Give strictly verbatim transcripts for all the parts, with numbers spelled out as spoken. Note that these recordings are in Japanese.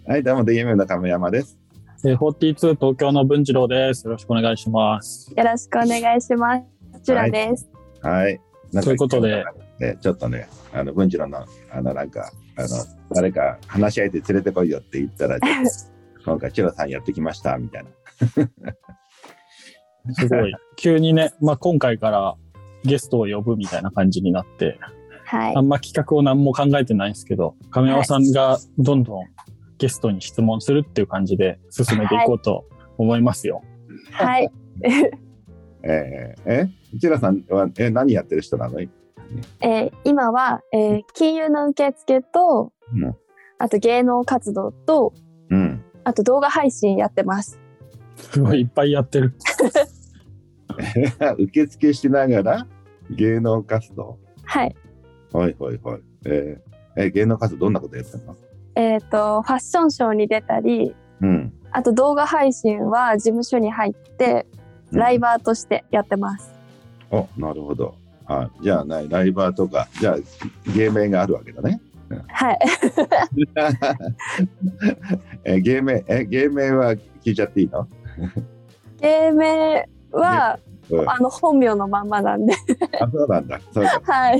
はい、どうも ディーエム の亀山です。 フォーティーツー東京の文次郎です。よろしくお願いします。 よろしくお願いします。チュラです。 はい。 はい、ということで、 ね、ちょっとね、あの文次郎のあのなんかあの誰か話し相手連れてこいよって言ったら、今回チュラさんやってきましたみたいな。 すごい急にね、まあ今回からゲストを呼ぶみたいな感じになって、 はい、 あんま企画を何も考えてないんですけど、亀山さんがどんどんゲストに質問するっていう感じで進めていこうと思いますよ。 はい。 えー、え、チュラさんはえ何やってる人なの？ えー、今は、えー、金融の受付と、うん、あと芸能活動と、うん、あと動画配信やってます。 すごいいっぱいやってる。 受付しながら芸能活動。 はい。 はいはいはい。えー、え芸能活動どんなことやってるの？ えっとファッションショーに出たり、うん、あと動画配信は事務所に入ってライバーとしてやってます。 うん、お、なるほど。あ、じゃあないライバーとか、じゃあ芸名があるわけだね。 はい。 え芸名え芸名は聞いちゃっていいの？ 芸名は、うん、あの本名のまんまなんで。 あ、そうなんだ。そうか。 はい。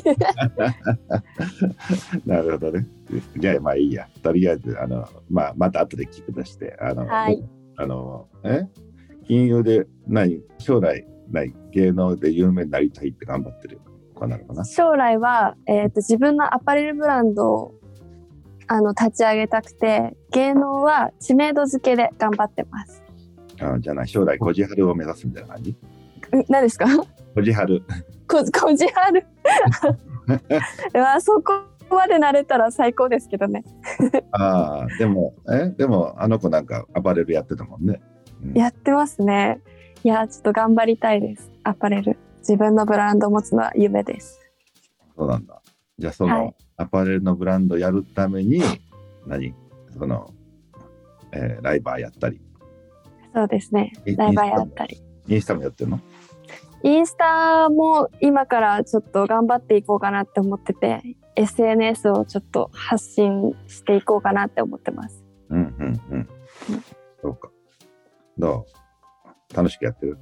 なるほどね。じゃあまあいいや。とりあえずあのまあまた後で聞くとして、あの、 はい、 あのえ金融で何将来何芸能で有名になりたいって頑張ってる子なのかな。 将来は、えーと、自分のアパレルブランドをあの立ち上げたくて、芸能は知名度付けで頑張ってます。 あ、じゃあな将来こじはるを目指すみたいな感じ？ 何ですか？ こじはる。 こ、こじはる。まあそこまで慣れたら最高ですけどね。 ああ、でもえでもあの子なんかアパレルやってたもんね。 うん、やってますね。いやちょっと頑張りたいです。アパレル自分のブランドを持つのは夢です。 そうなんだ。じゃあその、はい、アパレルのブランドをやるために何その、えー、ライバーやったり。 そうですね。ライバーやったり。 インスタもやってるの？ インスタも今からちょっと頑張っていこうかなって思ってて、 エスエヌエス をちょっと発信していこうかなって思ってます。 うんうんうん、うん、そうか。どう？楽しくやってる？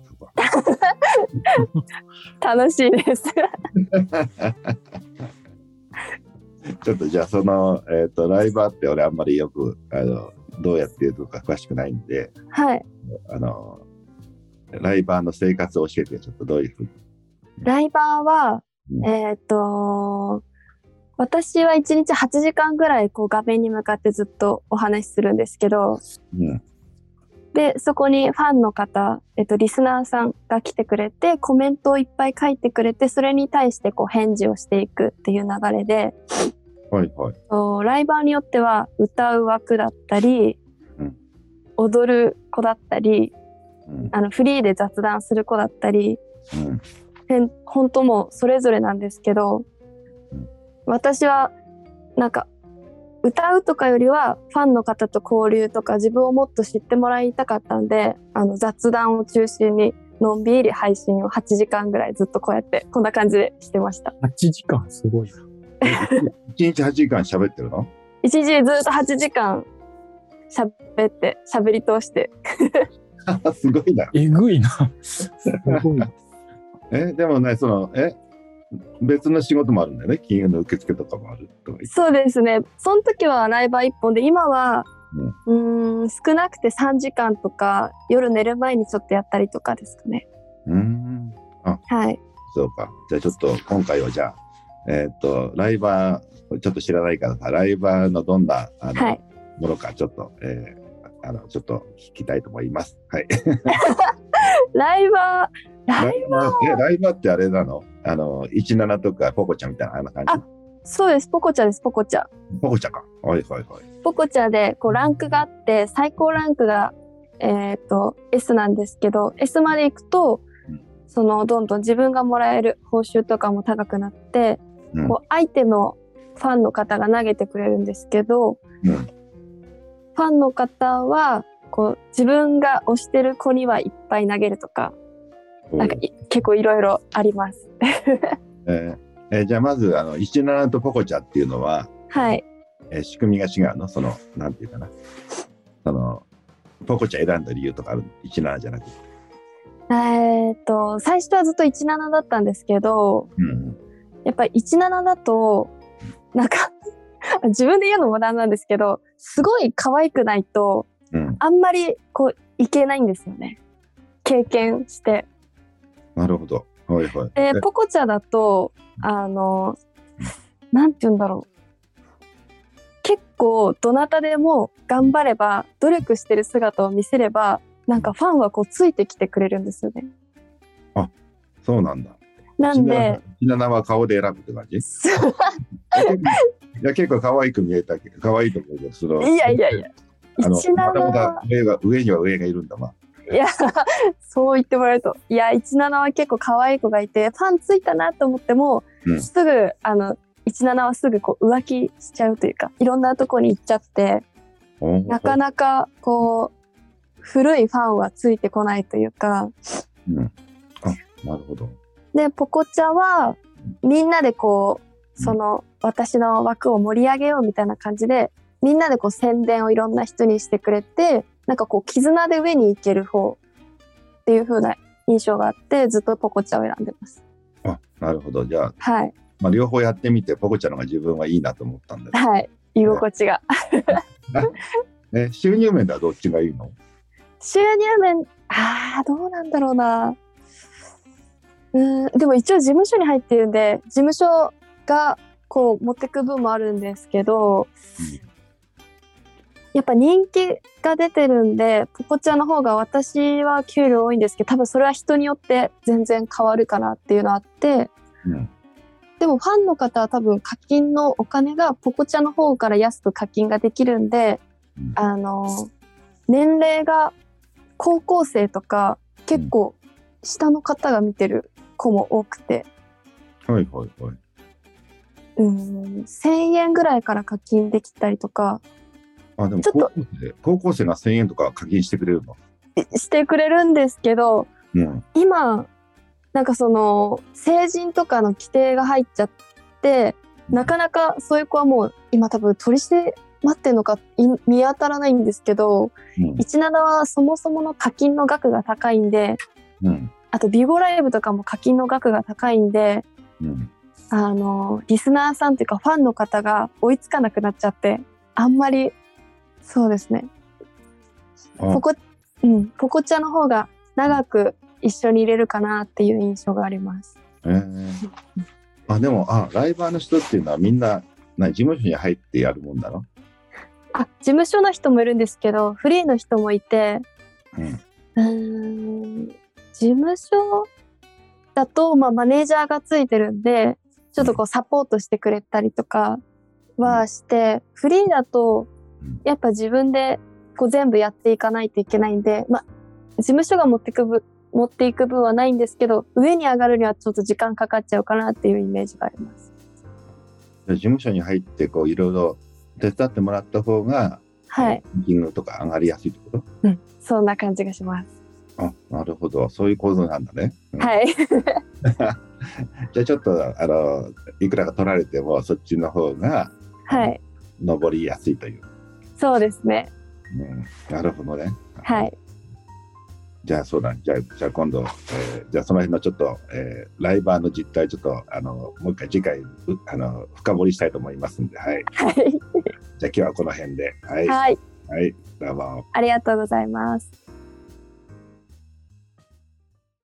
楽しいですちょっとじゃあその、えーと、ライバーって俺あんまりよくあのどうやっているのか詳しくないんで、 はい、 あのライバーの生活を教えて、ちょっとどういうふうに。 ライバーは、うん、えっと私はいちにちはちじかんぐらいこう画面に向かってずっとお話しするんですけど、うん、でそこにファンの方、えっと、リスナーさんが来てくれてコメントをいっぱい書いてくれて、それに対してこう返事をしていくっていう流れで、 はいはい、 ライバーによっては歌う枠だったり、うん、踊る子だったり、うん、あのフリーで雑談する子だったり、うん、本当もうそれぞれなんですけど、うん、私はなんか歌うとかよりはファンの方と交流とか自分をもっと知ってもらいたかったんで、あの雑談を中心にのんびり配信をはちじかんぐらいずっとこうやってこんな感じでしてました。 はちじかんすごいな。 いちにちはちじかん喋ってるの？ いちにちずっとはちじかん喋って喋り通してすごいな。 えぐいな。すごいな。 えでもね、そのえ別の仕事もあるんだよね。金融の受付とかもあるとか。 そうですね。その時はライバーいっぽんで、今は、うん、うーん少なくてさんじかんとか夜寝る前にちょっとやったりとかですかね。 うーん、あ、 はい。 そうか。じゃあちょっと今回はじゃあえー、っとライバーちょっと知らないからさ、ライバーのどんなあの、はい、ものかちょっと、えー、あのちょっと聞きたいと思います。はい。 ライバーライバーえライバーってあれなの？あのじゅうななとかポコちゃんみたいなあんな感じ？ あ、そうです。ポコチャです。ポコチャ。 ポコチャか。はいはいはい。 ポコチャでこうランクがあって、最高ランクがえっと S なんですけど、 S まで行くと、うん、そのどんどん自分がもらえる報酬とかも高くなって、うん、こうアイテムをファンの方が投げてくれるんですけど、うん、ファンの方はこう自分が推してる子にはいっぱい投げるとか、なんか結構いろいろあります。 えーえー、じゃあまずあのじゅうななとポコチャっていうのは、 はい、 えー、仕組みが違うの？そのなんていうかな、そのポコちゃん選んだ理由とかあるの？いちななじゃなくて。 えーっと最初はずっといちななだったんですけど、うん、やっぱりいちななだとなんか自分で言うのもなんなんですけど、すごい可愛くないと、うん、あんまりこういけないんですよね、経験して。 なるほど。はいはい。 でポコちゃんだとあのなんて言うんだろう、結構どなたでも頑張れば努力してる姿を見せればなんかファンはこうついてきてくれるんですよね。 あ、そうなんだ。 なんでいちななは顔で選ぶって感じ？いや結構可愛く見えたけど、可愛いと思うけど、そのいやいやいや、 あのいちななはまだまだ上が上には上がいるんだま。 いやそう言ってもらえると、いやいちななは結構可愛い子がいてファンついたなと思っても、うん、すぐあのいちななはすぐこう浮気しちゃうというか、いろんなとこに行っちゃってなかなかこう古いファンはついてこないというか、 うん、あ、なるほど。 でポコチャはみんなでこうその私の枠を盛り上げようみたいな感じでみんなでこう宣伝をいろんな人にしてくれて、なんかこう絆で上に行ける方っていう風な印象があって、ずっとポコチャを選んでます。 あ、なるほど。じゃあ、 はい、 まあ、両方やってみてポコチャのが自分はいいなと思ったんです。 はい、居心地がね、収入面ではどっちがいいの？ 収入面、あーどうなんだろうな。うん、でも一応事務所に入ってるんで事務所がこう持ってく分もあるんですけど、うん、やっぱ人気が出てるんでポコチャの方が私は給料多いんですけど、多分それは人によって全然変わるかなっていうのあって、うん、でもファンの方は多分課金のお金がポコチャの方から安く課金ができるんで、うん、あの年齢が高校生とか結構下の方が見てる子も多くて、 うん、はいはいはい、 うん、せんえんぐらいから課金できたりとか。 あ、でもちょっと高校生がせんえんとか課金してくれるの？ してくれるんですけど、うん、今なんかその成人とかの規定が入っちゃって、うん、なかなかそういう子はもう今多分取り締まってんのか見当たらないんですけど、うん、いちななはそもそもの課金の額が高いんで、うん、あとビゴライブとかも課金の額が高いんで、うん、あのリスナーさんっていうかファンの方が追いつかなくなっちゃって、あんまりそうですね、ポコ、うん、ポコチャの方が長く一緒に入れるかなっていう印象があります。 えー、あでもあライバーの人っていうのはみんなな事務所に入ってやるもんだろ？ あ、事務所の人もいるんですけどフリーの人もいて、うん、うーん事務所だと、まあ、マネージャーがついてるんでちょっとこうサポートしてくれたりとかはして、うん、フリーだとやっぱ自分でこう全部やっていかないといけないんで、まあ、事務所が持っていく分、持っていく分はないんですけど、上に上がるにはちょっと時間かかっちゃうかなっていうイメージがあります。 事務所に入ってこういろいろ手伝ってもらった方が、 はい、 ランキングとか上がりやすいってこと？ うん、そんな感じがします。 あ、なるほど、そういう構造なんだね。うん、 はい。 じゃあちょっとあのいくらか取られてもそっちの方が、はい、上りやすいという。 そうですね。 うん、なるほどね。 はい。 じゃあそうだ、じゃあ、じゃあ今度、えー、じゃあその辺のちょっと、えー、ライバーの実態ちょっとあのもう一回次回あの深掘りしたいと思いますんで、はい。はい、じゃあ今日はこの辺で、はい。 はい。 はい、どうも。 ありがとうございます。